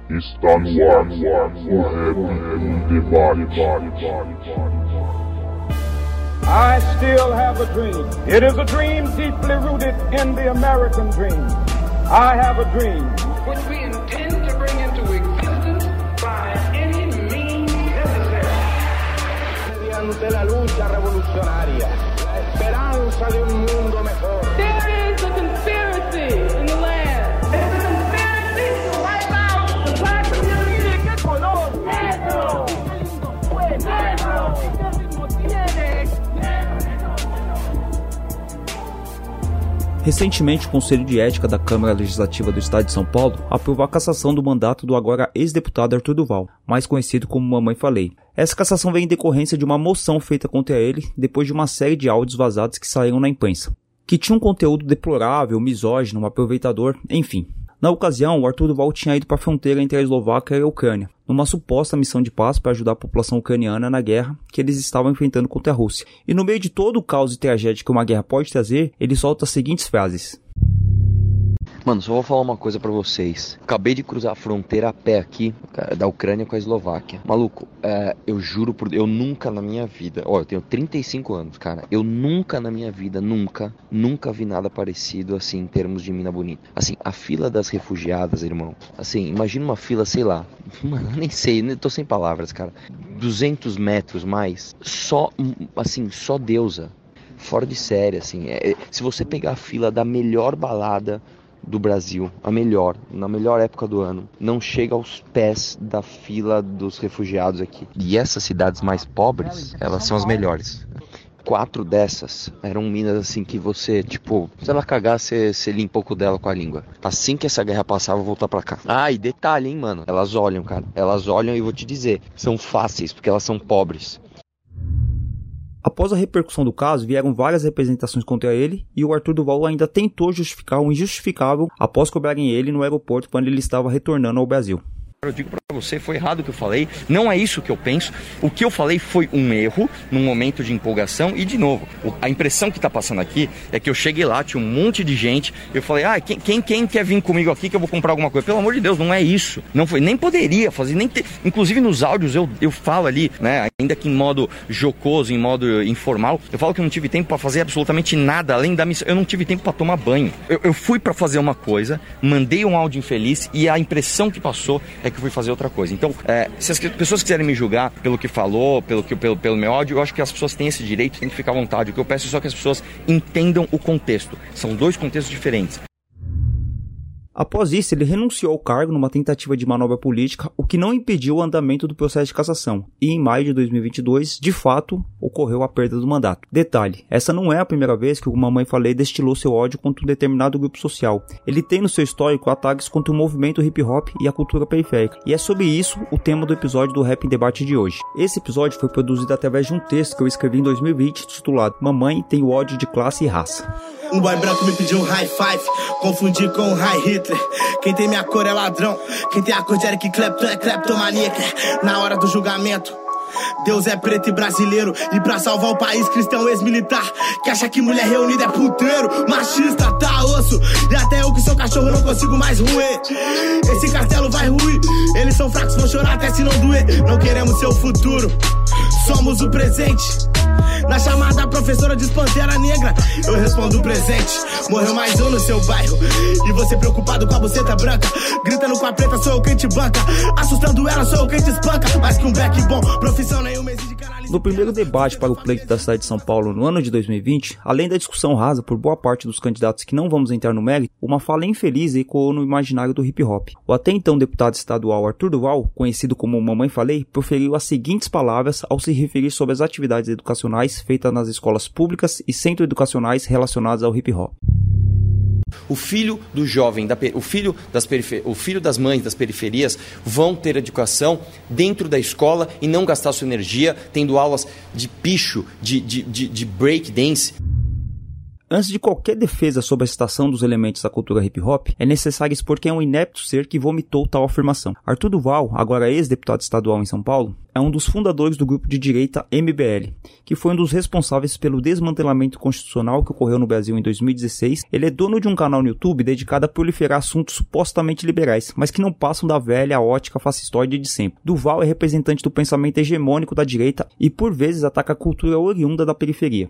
Está no ar o Rap Debate. I still have a dream. It is a dream deeply rooted in the American dream. I have a dream which we intend to bring into existence by any means necessary. Mediante la lucha revolucionaria, la esperanza de un mundo mejor. There is a conspiracy in the land. There's a conspiracy to wipe out the black community. ¿Qué color? Negro. Negro. Recentemente, o Conselho de Ética da Câmara Legislativa do Estado de São Paulo aprovou a cassação do mandato do agora ex-deputado Arthur Duval, mais conhecido como Mamãe Falei. Essa cassação vem em decorrência de uma moção feita contra ele depois de uma série de áudios vazados que saíram na imprensa, que tinham um conteúdo deplorável, misógino, aproveitador, enfim. Na ocasião, o Arthur Duval tinha ido para a fronteira entre a Eslováquia e a Ucrânia, numa suposta missão de paz para ajudar a população ucraniana na guerra que eles estavam enfrentando contra a Rússia. E no meio de todo o caos e tragédia que uma guerra pode trazer, ele solta as seguintes frases. Mano, só vou falar uma coisa pra vocês. Acabei de cruzar a fronteira a pé aqui, da Ucrânia com a Eslováquia. Maluco, eu juro por Deus, eu nunca na minha vida... eu tenho 35 anos, cara. Eu nunca na minha vida, nunca vi nada parecido, assim, em termos de mina bonita. Assim, a fila das refugiadas, irmão. Assim, imagina uma fila, sei lá... Mano, eu nem sei, tô sem palavras, cara. 200 metros mais. Só deusa. Fora de série, assim. Se você pegar a fila da melhor balada do Brasil, na melhor época do ano, não chega aos pés da fila dos refugiados aqui. E essas cidades mais pobres, elas são as melhores. 4 dessas eram minas assim que você, tipo, se ela cagar, você limpa um pouco dela com a língua. Assim que essa guerra passar, eu vou voltar pra cá. Ah, e detalhe, hein, mano, elas olham, cara. Elas olham e vou te dizer, são fáceis, porque elas são pobres. Após a repercussão do caso, vieram várias representações contra ele e o Arthur Duval ainda tentou justificar o injustificável após cobrarem ele no aeroporto quando ele estava retornando ao Brasil. Eu digo pra você, foi errado o que eu falei, não é isso que eu penso. O que eu falei foi um erro, num momento de empolgação. E de novo, a impressão que tá passando aqui é que eu cheguei lá, tinha um monte de gente. Eu falei, quem quer vir comigo aqui que eu vou comprar alguma coisa? Pelo amor de Deus, não é isso. Não foi, nem poderia fazer, nem ter. Inclusive nos áudios eu falo ali, né, ainda que em modo jocoso, em modo informal, eu falo que eu não tive tempo pra fazer absolutamente nada, além da missão. Eu não tive tempo pra tomar banho. Eu fui pra fazer uma coisa, mandei um áudio infeliz e a impressão que passou é que eu fui fazer outra coisa. Então, se as pessoas quiserem me julgar pelo que falou, pelo meu áudio, eu acho que as pessoas têm esse direito, têm que ficar à vontade. O que eu peço é só que as pessoas entendam o contexto. São 2 contextos diferentes. Após isso, ele renunciou ao cargo numa tentativa de manobra política, o que não impediu o andamento do processo de cassação. E em maio de 2022, de fato, ocorreu a perda do mandato. Detalhe, essa não é a primeira vez que o Mamãe Falei destilou seu ódio contra um determinado grupo social. Ele tem no seu histórico ataques contra o movimento hip hop e a cultura periférica. E é sobre isso o tema do episódio do Rap em Debate de hoje. Esse episódio foi produzido através de um texto que eu escrevi em 2020, titulado Mamãe tem o ódio de classe e raça. Um boy branco me pediu um high five, confundi com um high Hitler. Quem tem minha cor é ladrão, quem tem a cor de Eric Clapton é kleptomaníaca. Na hora do julgamento, Deus é preto e brasileiro. E pra salvar o país, cristão ex-militar que acha que mulher reunida é puteiro. Machista, tá osso. E até eu que sou cachorro não consigo mais ruir. Esse castelo vai ruir. Eles são fracos, vão chorar até se não doer. Não queremos seu futuro, somos o presente. Na chamada, a professora diz Pantera Negra, eu respondo presente. Morreu mais um no seu bairro e você preocupado com a buceta branca. Gritando com a preta, sou eu quem te banca. Assustando ela, sou eu quem te espanca. Mais que um back bom, profissão nenhuma exige canaliza. No primeiro debate para o pleito da cidade de São Paulo no ano de 2020, além da discussão rasa por boa parte dos candidatos que não vamos entrar no mérito, uma fala infeliz ecoou no imaginário do hip hop. O até então deputado estadual Arthur Duval, conhecido como Mamãe Falei, proferiu as seguintes palavras ao se referir sobre as atividades educacionais feitas nas escolas públicas e centros educacionais relacionados ao hip hop. O filho do jovem, o filho das mães das periferias vão ter educação dentro da escola e não gastar sua energia tendo aulas de picho, de break dance. Antes de qualquer defesa sobre a citação dos elementos da cultura hip-hop, é necessário expor quem é um inepto ser que vomitou tal afirmação. Arthur Duval, agora ex-deputado estadual em São Paulo, é um dos fundadores do grupo de direita MBL, que foi um dos responsáveis pelo desmantelamento constitucional que ocorreu no Brasil em 2016. Ele é dono de um canal no YouTube dedicado a proliferar assuntos supostamente liberais, mas que não passam da velha ótica fascistoide de sempre. Duval é representante do pensamento hegemônico da direita e por vezes ataca a cultura oriunda da periferia.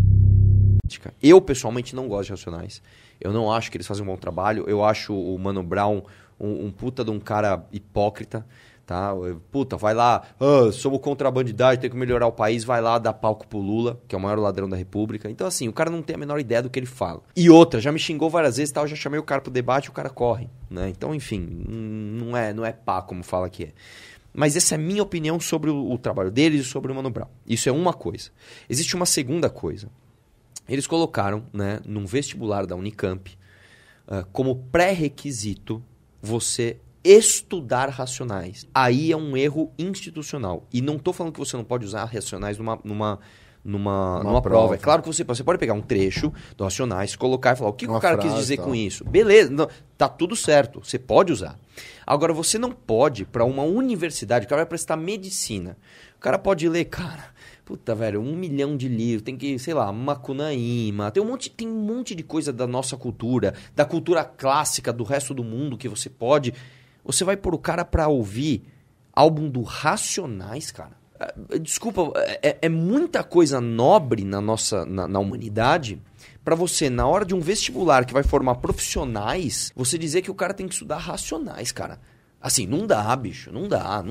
Eu, pessoalmente, não gosto de Racionais. Eu não acho que eles fazem um bom trabalho. Eu acho o Mano Brown um puta de um cara hipócrita, tá? Puta, vai lá, somos contra a bandidagem, tem que melhorar o país, vai lá dar palco pro Lula, que é o maior ladrão da república. Então, assim, o cara não tem a menor ideia do que ele fala. E outra, já me xingou várias vezes, tá? Eu já chamei o cara pro debate e o cara corre, né? Então, enfim, não é pá, como fala que é. Mas essa é a minha opinião sobre o trabalho deles e sobre o Mano Brown. Isso é uma coisa. Existe uma segunda coisa. Eles colocaram, né, num vestibular da Unicamp, como pré-requisito você estudar Racionais. Aí é um erro institucional. E não estou falando que você não pode usar Racionais numa prova. É claro que você pode pegar um trecho do Racionais, colocar e falar o que o cara quis dizer com isso. Beleza, não, tá tudo certo, você pode usar. Agora, você não pode, para uma universidade, o cara vai prestar medicina. O cara pode ler, cara, puta, velho, 1 milhão de livros, tem que, sei lá, Macunaíma, tem um monte de coisa da nossa cultura, da cultura clássica do resto do mundo que você pode. Você vai pôr o cara pra ouvir álbum do Racionais, cara. Desculpa, é muita coisa nobre na humanidade pra você, na hora de um vestibular que vai formar profissionais, você dizer que o cara tem que estudar Racionais, cara. Assim, não dá, bicho, não dá.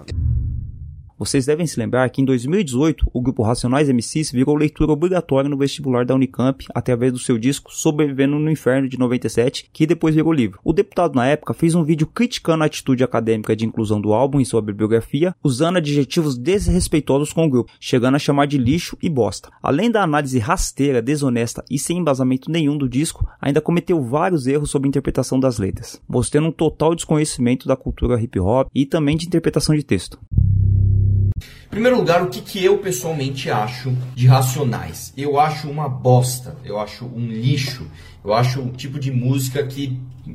Vocês devem se lembrar que em 2018 o grupo Racionais MCs virou leitura obrigatória no vestibular da Unicamp através do seu disco Sobrevivendo no Inferno de 97, que depois virou livro. O deputado na época fez um vídeo criticando a atitude acadêmica de inclusão do álbum em sua bibliografia, usando adjetivos desrespeitosos com o grupo, chegando a chamar de lixo e bosta. Além da análise rasteira, desonesta e sem embasamento nenhum do disco, ainda cometeu vários erros sobre a interpretação das letras, mostrando um total desconhecimento da cultura hip hop e também de interpretação de texto. Em primeiro lugar, o que eu pessoalmente acho de Racionais? Eu acho uma bosta, eu acho um lixo, eu acho um tipo de música que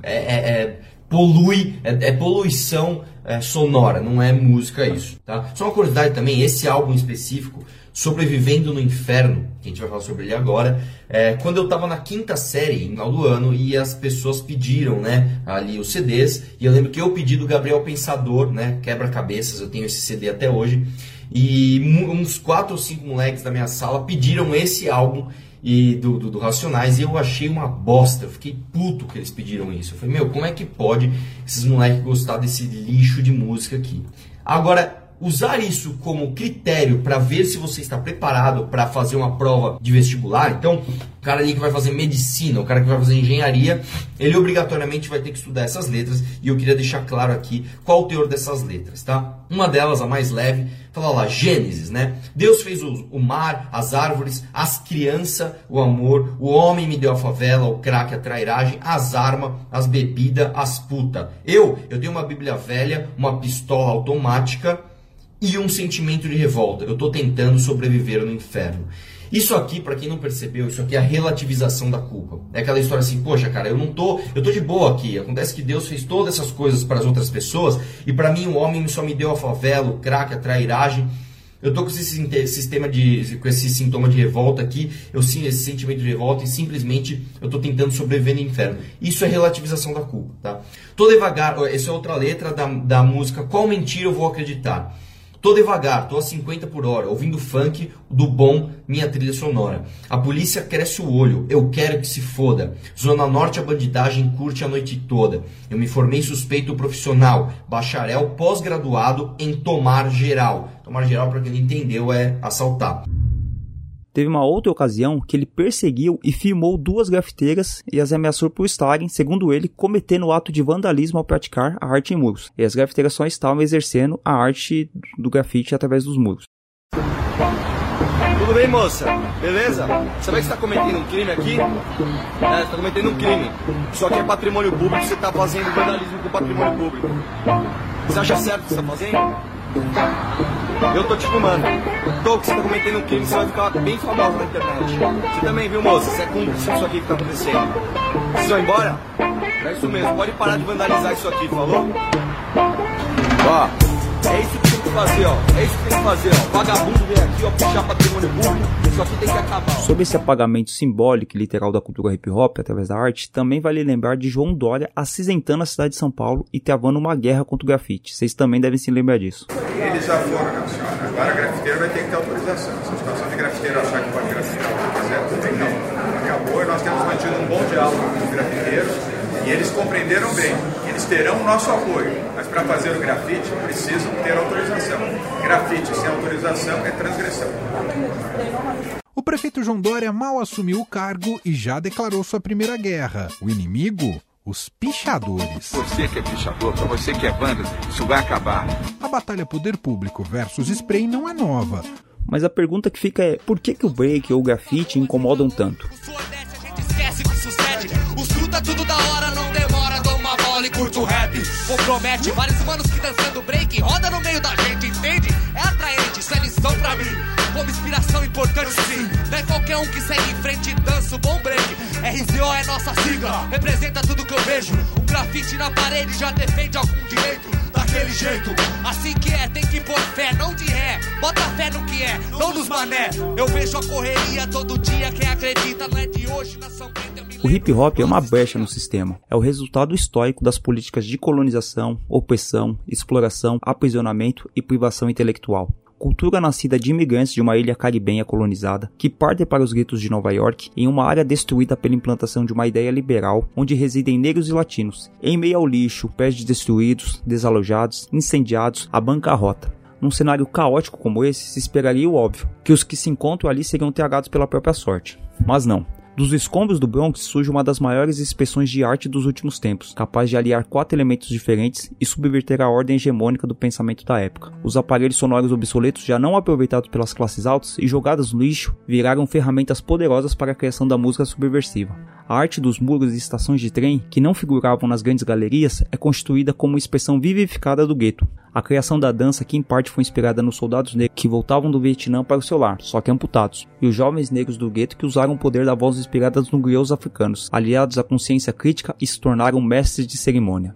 polui, poluição sonora, não é música isso, tá? Só uma curiosidade também, esse álbum específico, Sobrevivendo no Inferno, que a gente vai falar sobre ele agora, quando eu tava na 5ª série, no final do ano, e as pessoas pediram, né, ali os CDs, e eu lembro que eu pedi do Gabriel Pensador, né, Quebra-Cabeças, eu tenho esse CD até hoje, e uns 4 ou 5 moleques da minha sala pediram esse álbum do Racionais, e eu achei uma bosta, eu fiquei puto que eles pediram isso. Eu falei, como é que pode esses moleques gostar desse lixo de música aqui? Agora, usar isso como critério para ver se você está preparado para fazer uma prova de vestibular, então o cara ali que vai fazer medicina, o cara que vai fazer engenharia, ele obrigatoriamente vai ter que estudar essas letras, e eu queria deixar claro aqui qual o teor dessas letras, tá? Uma delas, a mais leve, fala lá, Gênesis, né? Deus fez o mar, as árvores, as crianças, o amor, o homem me deu a favela, o crack, a trairagem, as armas, as bebidas, as putas. Eu tenho uma Bíblia velha, uma pistola automática e um sentimento de revolta. Eu tô tentando sobreviver no inferno. Isso aqui, pra quem não percebeu, isso aqui é a relativização da culpa. É aquela história assim, poxa, cara, eu tô de boa aqui. Acontece que Deus fez todas essas coisas para as outras pessoas e pra mim o homem só me deu a favela, o crack, a trairagem. Eu tô com esse sintoma de revolta aqui, eu sinto esse sentimento de revolta e simplesmente eu tô tentando sobreviver no inferno. Isso é relativização da culpa, tá? Tô devagar, essa é outra letra da música Qual Mentira Eu Vou Acreditar? Tô devagar, tô a 50 por hora, ouvindo funk do bom, minha trilha sonora. A polícia cresce o olho, eu quero que se foda. Zona Norte a bandidagem curte a noite toda. Eu me formei suspeito profissional, bacharel pós-graduado em tomar geral. Tomar geral, para quem não entendeu, é assaltar. Teve uma outra ocasião que ele perseguiu e filmou 2 grafiteiras e as ameaçou por estarem, segundo ele, cometendo o ato de vandalismo ao praticar a arte em muros. E as grafiteiras só estavam exercendo a arte do grafite através dos muros. Tudo bem, moça? Beleza? Sabe que você está cometendo um crime aqui? Você está cometendo um crime. Isso aqui é patrimônio público, você está fazendo vandalismo com patrimônio público. Você acha certo o que você está fazendo? Eu tô te filmando. Tô que você tá cometendo um crime, você vai ficar bem famoso na internet. Você também, viu, moça? Você é cúmplice disso aqui que tá acontecendo. Vocês vão embora? É isso mesmo, pode parar de vandalizar isso aqui, falou? Ó, é isso que tem que fazer, ó. É isso que tem que fazer, ó. Vagabundo vem aqui, ó, puxar patrimônio público. Isso aqui tem que acabar, ó. Sobre esse apagamento simbólico e literal da cultura hip hop através da arte, também vale lembrar de João Dória acinzentando a cidade de São Paulo e travando uma guerra contra o grafite. Vocês também devem se lembrar disso. Eles já foram, né, senhora? Agora grafiteiro vai ter que ter autorização. Se a situação de grafiteiro achar que pode grafitear o que quiser, também não. Acabou e nós temos mantido um bom diálogo com os grafiteiros e eles compreenderam bem. Eles terão o nosso apoio, mas para fazer o grafite precisam ter autorização. Grafite sem autorização é transgressão. O prefeito João Dória mal assumiu o cargo e já declarou sua primeira guerra. O inimigo? Os pichadores. Você que é pichador, para você que é vândalo, isso vai acabar. A batalha poder público versus spray não é nova. Mas a pergunta que fica é, por que o break ou o grafite incomodam tanto? Os fruta tudo da hora, não demora, dou uma bola e curto o rap. Compromete vários humanos que dançando break, roda no meio da gente, entende? É atraente, isso é lição pra mim. Como inspiração importante sim. Não é qualquer um que segue em frente e dança o bom break. RZO é nossa sigla, representa tudo que eu vejo. Um grafite na parede já defende algum direito. Daquele jeito, assim que é, tem que pôr fé, não de ré. Bota fé no que é, não nos mané. Eu vejo a correria todo dia, quem acredita não é de hoje, nação preta. O hip hop é uma brecha no sistema. É o resultado histórico das políticas de colonização, opressão, exploração, aprisionamento e privação intelectual. Cultura nascida de imigrantes de uma ilha caribenha colonizada, que partem para os guetos de Nova York em uma área destruída pela implantação de uma ideia liberal, onde residem negros e latinos, em meio ao lixo, prédios destruídos, desalojados, incendiados, à bancarrota. Num cenário caótico como esse, se esperaria o óbvio, que os que se encontram ali seriam tragados pela própria sorte. Mas não. Dos escombros do Bronx surge uma das maiores expressões de arte dos últimos tempos, capaz de aliar 4 elementos diferentes e subverter a ordem hegemônica do pensamento da época. Os aparelhos sonoros obsoletos, já não aproveitados pelas classes altas e jogados no lixo, viraram ferramentas poderosas para a criação da música subversiva. A arte dos muros e estações de trem, que não figuravam nas grandes galerias, é constituída como uma expressão vivificada do gueto. A criação da dança, que em parte foi inspirada nos soldados negros que voltavam do Vietnã para o seu lar, só que amputados, e os jovens negros do gueto que usaram o poder da voz inspiradas nos griots africanos, aliados à consciência crítica e se tornaram mestres de cerimônia.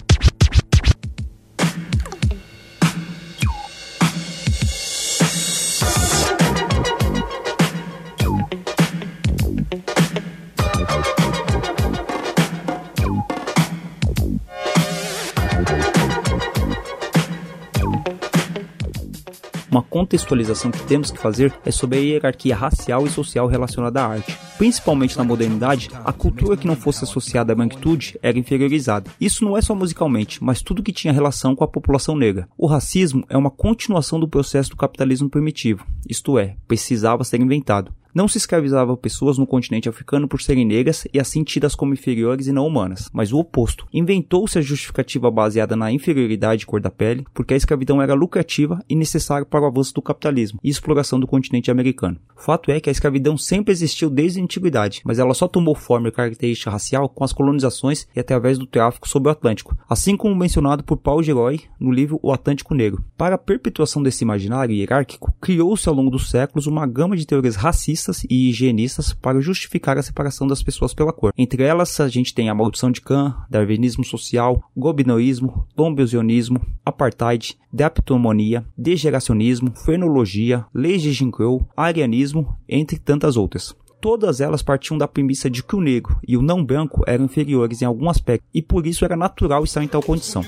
Uma contextualização que temos que fazer é sobre a hierarquia racial e social relacionada à arte. Principalmente na modernidade, a cultura que não fosse associada à branquitude era inferiorizada. Isso não é só musicalmente, mas tudo que tinha relação com a população negra. O racismo é uma continuação do processo do capitalismo primitivo, isto é, precisava ser inventado. Não se escravizava pessoas no continente africano por serem negras e assim tidas como inferiores e não humanas, mas o oposto. Inventou-se a justificativa baseada na inferioridade de cor da pele, porque a escravidão era lucrativa e necessária para o avanço do capitalismo e exploração do continente americano. O fato é que a escravidão sempre existiu desde a antiguidade, mas ela só tomou forma e característica racial com as colonizações e através do tráfico sobre o Atlântico, assim como mencionado por Paul Gilroy no livro O Atlântico Negro. Para a perpetuação desse imaginário hierárquico, criou-se ao longo dos séculos uma gama de teorias racistas e higienistas para justificar a separação das pessoas pela cor. Entre elas, a gente tem a maldição de Khan, darwinismo social, gobinoísmo, lombiosionismo, apartheid, daptomonia, degeneracionismo, frenologia, leis de Jim Crow, arianismo, entre tantas outras. Todas elas partiam da premissa de que o negro e o não branco eram inferiores em algum aspecto, e por isso era natural estar em tal condição.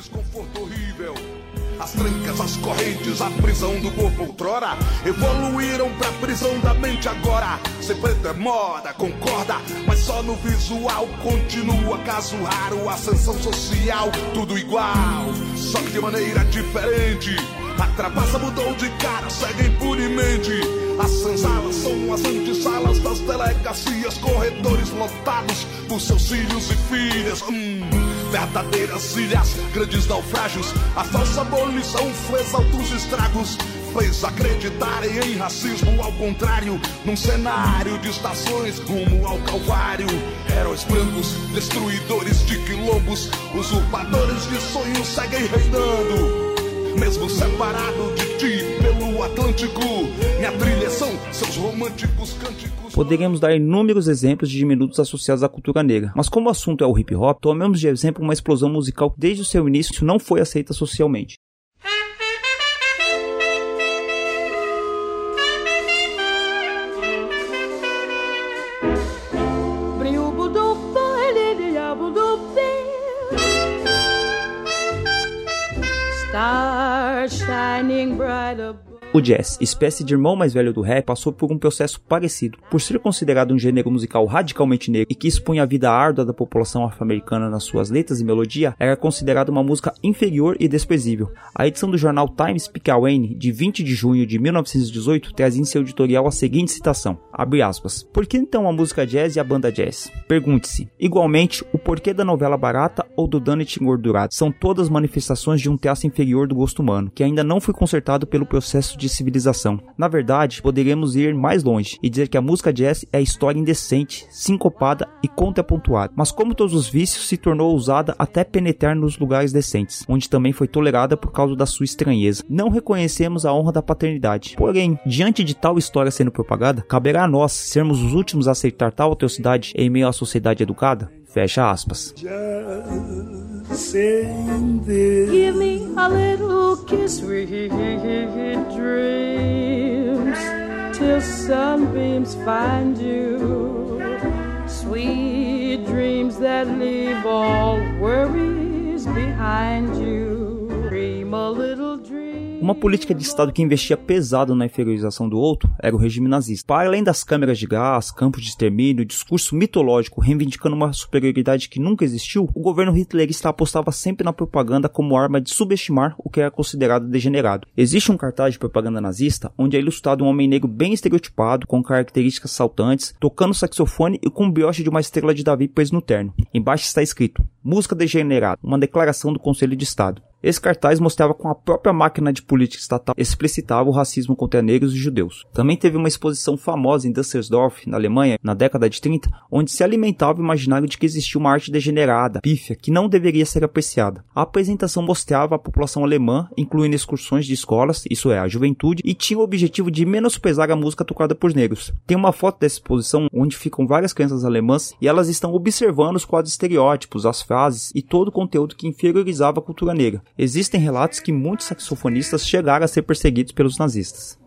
As trancas, as correntes, a prisão do corpo outrora evoluíram pra prisão da mente agora. Ser preto é moda, concorda, mas só no visual continua caso raro. Ascensão social, tudo igual, só que de maneira diferente. A trapaça mudou de cara, segue impunemente. As senzalas são as antessalas das delegacias, corredores lotados por seus filhos e filhas. Verdadeiras ilhas, grandes naufrágios. A falsa abolição fez altos estragos, fez acreditarem em racismo ao contrário. Num cenário de estações rumo ao calvário, heróis brancos, destruidores de quilombos, usurpadores de sonhos seguem reinando. mesmo separado de ti pelo Atlântico. Minha trilha são seus românticos cânticos. Poderíamos dar inúmeros exemplos de diminutos associados à cultura negra, mas como o assunto é o hip hop, tomemos de exemplo uma explosão musical que desde o seu início não foi aceita socialmente. Stars shining bright above. O jazz, espécie de irmão mais velho do rap, passou por um processo parecido. Por ser considerado um gênero musical radicalmente negro e que expunha a vida árdua da população afro-americana nas suas letras e melodia, era considerado uma música inferior e desprezível. A edição do jornal Times Picayune, de 20 de junho de 1918, trazia em seu editorial a seguinte citação, abre aspas, por que então a música jazz e a banda jazz? Pergunte-se, igualmente, o porquê da novela barata ou do donut engordurado são todas manifestações de um traço inferior do gosto humano, que ainda não foi consertado pelo processo de civilização. Na verdade, poderíamos ir mais longe e dizer que a música jazz é a história indecente, sincopada e contrapontuada, mas como todos os vícios se tornou usada até penetrar nos lugares decentes, onde também foi tolerada por causa da sua estranheza. Não reconhecemos a honra da paternidade. Porém, diante de tal história sendo propagada, caberá a nós sermos os últimos a aceitar tal atrocidade em meio à sociedade educada? Fecha aspas. Give me a little kiss, sweet dreams, till sunbeams find you. Sweet dreams that leave all worries behind you. Dream a little dream. Uma política de Estado que investia pesado na inferiorização do outro era o regime nazista. Para além das câmeras de gás, campos de extermínio, discurso mitológico reivindicando uma superioridade que nunca existiu, o governo hitlerista apostava sempre na propaganda como arma de subestimar o que era considerado degenerado. Existe um cartaz de propaganda nazista onde é ilustrado um homem negro bem estereotipado, com características saltantes, tocando saxofone e com um brioche de uma estrela de Davi preso no terno. Embaixo está escrito, música degenerada, uma declaração do Conselho de Estado. Esse cartaz mostrava como a própria máquina de política estatal explicitava o racismo contra negros e judeus. Também teve uma exposição famosa em Düsseldorf, na Alemanha, na década de 30, onde se alimentava o imaginário de que existia uma arte degenerada, pífia, que não deveria ser apreciada. A apresentação mostrava a população alemã, incluindo excursões de escolas, isso é, a juventude, e tinha o objetivo de menosprezar a música tocada por negros. Tem uma foto dessa exposição onde ficam várias crianças alemãs e elas estão observando os quadros estereótipos, as frases e todo o conteúdo que inferiorizava a cultura negra. Existem relatos que muitos saxofonistas chegaram a ser perseguidos pelos nazistas.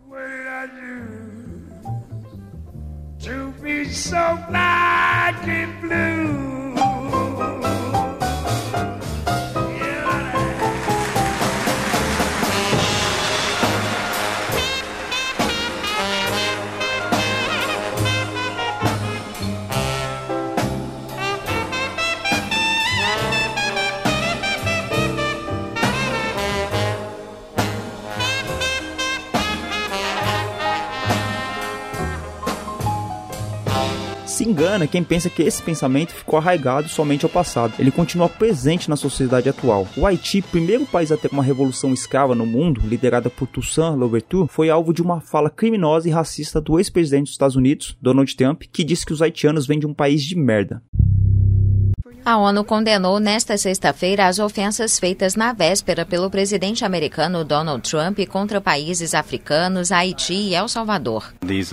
Se engana quem pensa que esse pensamento ficou arraigado somente ao passado. Ele continua presente na sociedade atual. O Haiti, primeiro país a ter uma revolução escrava no mundo, liderada por Toussaint Louverture, foi alvo de uma fala criminosa e racista do ex-presidente dos Estados Unidos, Donald Trump, que disse que os haitianos vêm de um país de merda. A ONU condenou nesta sexta-feira as ofensas feitas na véspera pelo presidente americano Donald Trump contra países africanos, Haiti e El Salvador.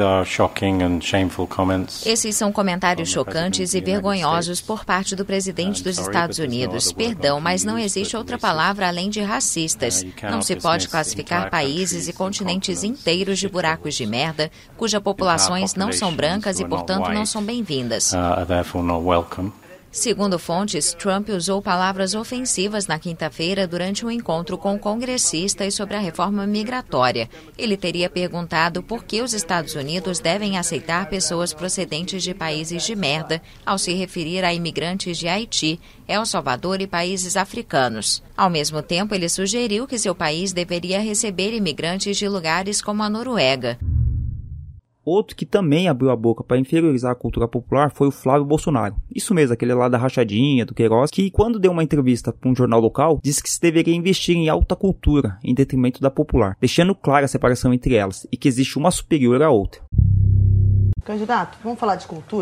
Esses são comentários chocantes e vergonhosos por parte do presidente dos Estados Unidos. Perdão, mas não existe outra palavra além de racistas. Não se pode classificar países e continentes inteiros de buracos de merda, cujas populações não são brancas e, portanto, não são bem-vindas. Segundo fontes, Trump usou palavras ofensivas na quinta-feira durante um encontro com congressistas sobre a reforma migratória. Ele teria perguntado por que os Estados Unidos devem aceitar pessoas procedentes de países de merda, ao se referir a imigrantes de Haiti, El Salvador e países africanos. Ao mesmo tempo, ele sugeriu que seu país deveria receber imigrantes de lugares como a Noruega. Outro que também abriu a boca para inferiorizar a cultura popular foi o Flávio Bolsonaro. Isso mesmo, aquele lá da rachadinha, do Queiroz, que quando deu uma entrevista para um jornal local, disse que se deveria investir em alta cultura, em detrimento da popular, deixando clara a separação entre elas, e que existe uma superior à outra. Candidato, vamos falar de cultura?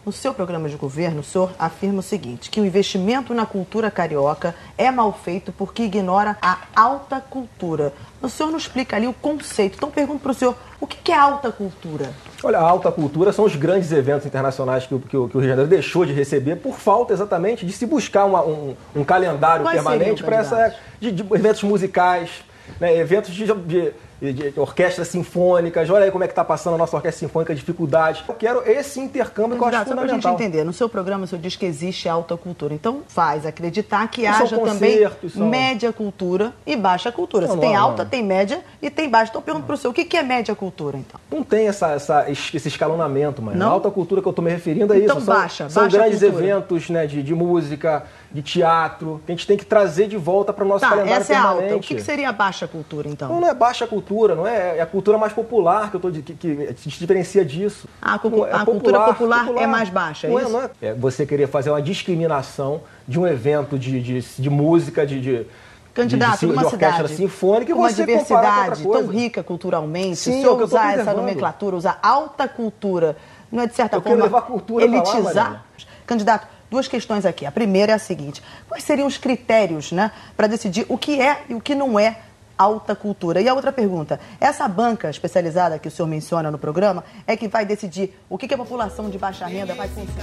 No seu programa de governo, o senhor afirma o seguinte, que o investimento na cultura carioca é mal feito porque ignora a alta cultura. O senhor não explica ali o conceito. Então, pergunto para o senhor, o que é alta cultura? Olha, a alta cultura são os grandes eventos internacionais que o Rio de Janeiro deixou de receber por falta exatamente de se buscar um calendário permanente para de eventos musicais, né, eventos de orquestras sinfônicas. Olha aí como é que está passando a nossa orquestra sinfônica, dificuldades. Eu quero esse intercâmbio que eu acho fundamental. Só para a gente entender, no seu programa o senhor diz que existe alta cultura, então faz acreditar que haja também média cultura e baixa cultura. Você tem alta, tem média e tem baixa. Então eu pergunto para o senhor, o que é média cultura então? Não tem esse escalonamento, mas a alta cultura que eu estou me referindo é então, isso. São grandes eventos, né, de música, de teatro, que a gente tem que trazer de volta para o nosso calendário essa permanente. É alta. O que seria a baixa cultura então? Não é baixa cultura, não é a cultura mais popular que se diferencia disso. A cultura popular é mais baixa, é isso? Não é você querer fazer uma discriminação de um evento de música, candidato, de orquestra sinfônica, uma diversidade tão rica culturalmente, se o senhor usar essa nomenclatura, usar alta cultura, não é de certa forma levar cultura elitizar? Candidato, duas questões aqui. A primeira é a seguinte, quais seriam os critérios, né, para decidir o que é e o que não é alta cultura? E a outra pergunta, essa banca especializada que o senhor menciona no programa é que vai decidir o que a população de baixa renda vai consumir?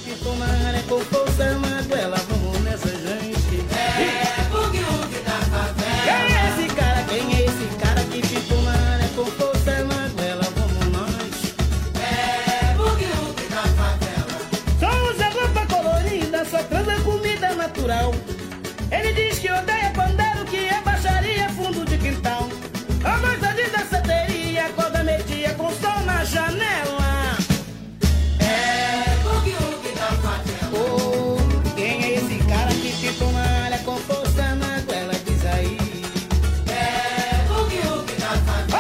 Ele diz que odeia pandeiro, que é baixaria, fundo de quintal. A moça de danceteria, acorda meio-dia com sol na janela. É boogie-woogie da favela. Quem é esse cara que fica malha com força na goela? Diz aí. É boogie-woogie da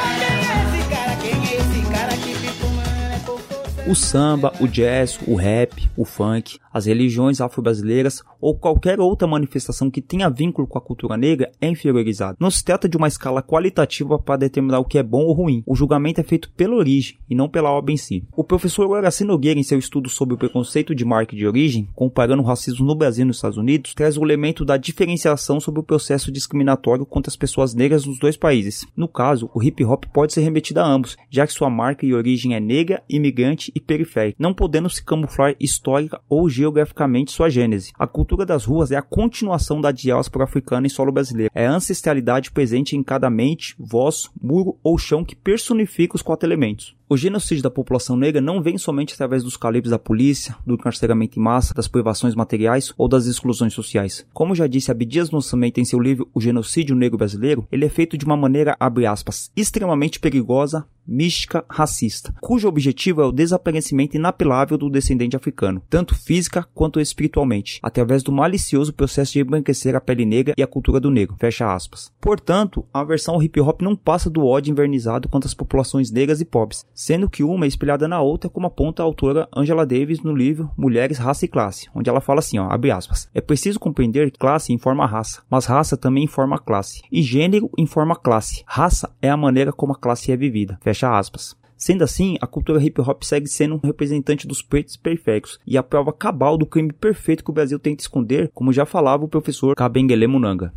favela. Quem é esse cara que fica malha com força? O samba, o jazz, o rap, o funk, as religiões afro-brasileiras ou qualquer outra manifestação que tenha vínculo com a cultura negra é inferiorizada. Não se trata de uma escala qualitativa para determinar o que é bom ou ruim. O julgamento é feito pela origem e não pela obra em si. O professor Horaci Nogueira, em seu estudo sobre o preconceito de marca e de origem, comparando o racismo no Brasil e nos Estados Unidos, traz o elemento da diferenciação sobre o processo discriminatório contra as pessoas negras nos dois países. No caso, o hip-hop pode ser remetido a ambos, já que sua marca e origem é negra, imigrante e periférica, não podendo se camuflar histórica ou geograficamente sua gênese. A cultura das ruas é a continuação da diáspora africana em solo brasileiro. É a ancestralidade presente em cada mente, voz, muro ou chão que personifica os 4 elementos. O genocídio da população negra não vem somente através dos calibres da polícia, do encarceramento em massa, das privações materiais ou das exclusões sociais. Como já disse Abdias Nascimento em seu livro O Genocídio Negro Brasileiro, ele é feito de uma maneira, abre aspas, extremamente perigosa, mística, racista, cujo objetivo é o desaparecimento inapelável do descendente africano, tanto física quanto espiritualmente, através do malicioso processo de embranquecer a pele negra e a cultura do negro, fecha aspas. Portanto, a versão hip-hop não passa do ódio invernizado contra as populações negras e pobres, sendo que uma é espelhada na outra, como aponta a autora Angela Davis no livro Mulheres, Raça e Classe, onde ela fala assim, abre aspas, é preciso compreender que classe informa raça, mas raça também informa classe, e gênero informa classe. Raça é a maneira como a classe é vivida, fecha aspas. Sendo assim, a cultura hip-hop segue sendo um representante dos pretos periféricos e a prova cabal do crime perfeito que o Brasil tenta esconder, como já falava o professor Kabengele Munanga.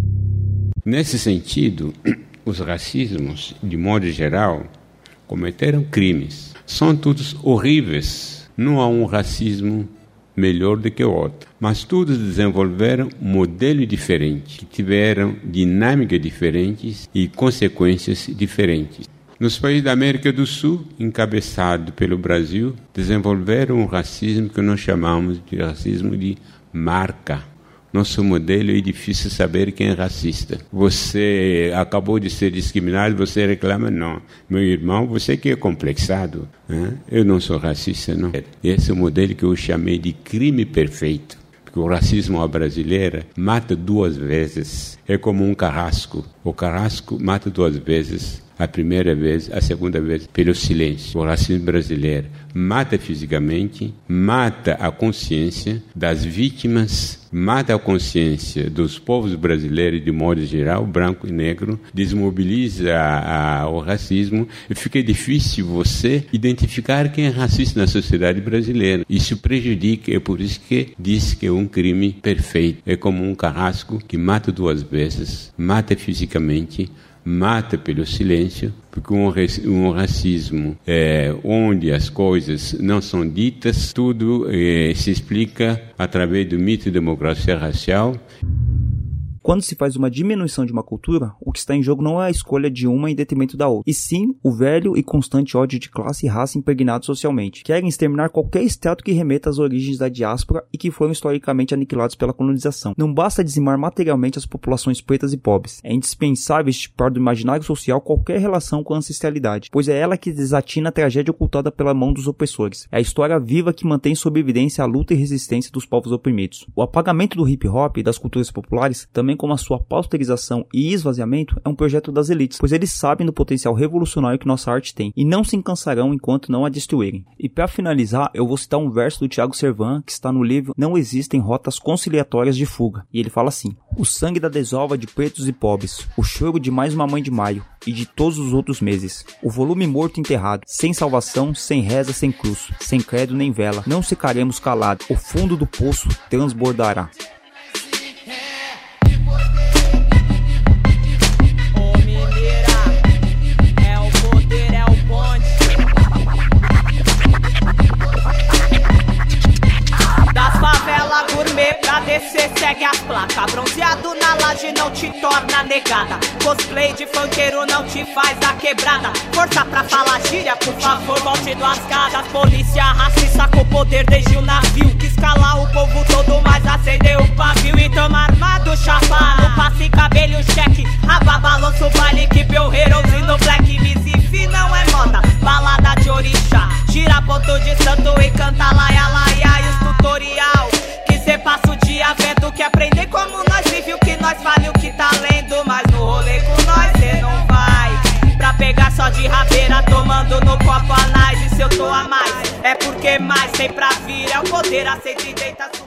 Nesse sentido, os racismos, de modo geral, cometeram crimes. São todos horríveis. Não há um racismo melhor do que o outro. Mas todos desenvolveram modelos diferentes, que tiveram dinâmicas diferentes e consequências diferentes. Nos países da América do Sul, encabeçado pelo Brasil, desenvolveram um racismo que nós chamamos de racismo de marca. Nosso modelo é difícil saber quem é racista. Você acabou de ser discriminado, você reclama, não. Meu irmão, você que é complexado. Né? Eu não sou racista, não. Esse é o modelo que eu chamei de crime perfeito. Porque o racismo à brasileira mata 2 vezes. É como um carrasco. O carrasco mata 2 vezes. A primeira vez, a segunda vez, pelo silêncio. O racismo brasileiro mata fisicamente, mata a consciência das vítimas, mata a consciência dos povos brasileiros de modo geral, branco e negro, desmobiliza o racismo e fica difícil você identificar quem é racista na sociedade brasileira. Isso prejudica, é por isso que diz que é um crime perfeito. É como um carrasco que mata 2 vezes, mata fisicamente, mata pelo silêncio, porque um racismo onde as coisas não são ditas, tudo se explica através do mito de democracia racial. Quando se faz uma diminuição de uma cultura, o que está em jogo não é a escolha de uma em detrimento da outra, e sim o velho e constante ódio de classe e raça impregnado socialmente. Querem exterminar qualquer extrato que remeta às origens da diáspora e que foram historicamente aniquilados pela colonização. Não basta dizimar materialmente as populações pretas e pobres. É indispensável estipar do imaginário social qualquer relação com a ancestralidade, pois é ela que desatina a tragédia ocultada pela mão dos opressores. É a história viva que mantém sob evidência a luta e resistência dos povos oprimidos. O apagamento do hip-hop e das culturas populares também como a sua pasteurização e esvaziamento é um projeto das elites, pois eles sabem do potencial revolucionário que nossa arte tem e não se cansarão enquanto não a destruírem. E para finalizar, eu vou citar um verso do Thiago Servan que está no livro Não Existem Rotas Conciliatórias de Fuga, e ele fala assim: o sangue da desova de pretos e pobres, o choro de mais uma mãe de maio e de todos os outros meses, o volume morto enterrado, sem salvação, sem reza, sem cruz, sem credo nem vela, não secaremos calados, o fundo do poço transbordará. Pra descer segue as placas. Bronzeado na laje não te torna negada. Cosplay de funkeiro não te faz a quebrada. Força pra falar gíria, por favor, volte duas casas. Polícia racista com poder desde o navio. Que escalar o povo todo, mas acendeu o pavio. E tamo armado, chapado, passe cabelo, cheque. Raba, balanço, baile, que Bill Heroes e no Black. Missif não é moda, balada de orixá. Tira ponto de santo e canta laia, laia. E os tutorial cê passa o dia vendo que aprender como nós vive o que nós vale o que tá lendo. Mas no rolê com nós cê não vai pra pegar só de rabeira, tomando no copo a nós. E se eu tô a mais, é porque mais tem pra vir. É o poder, aceita e deita.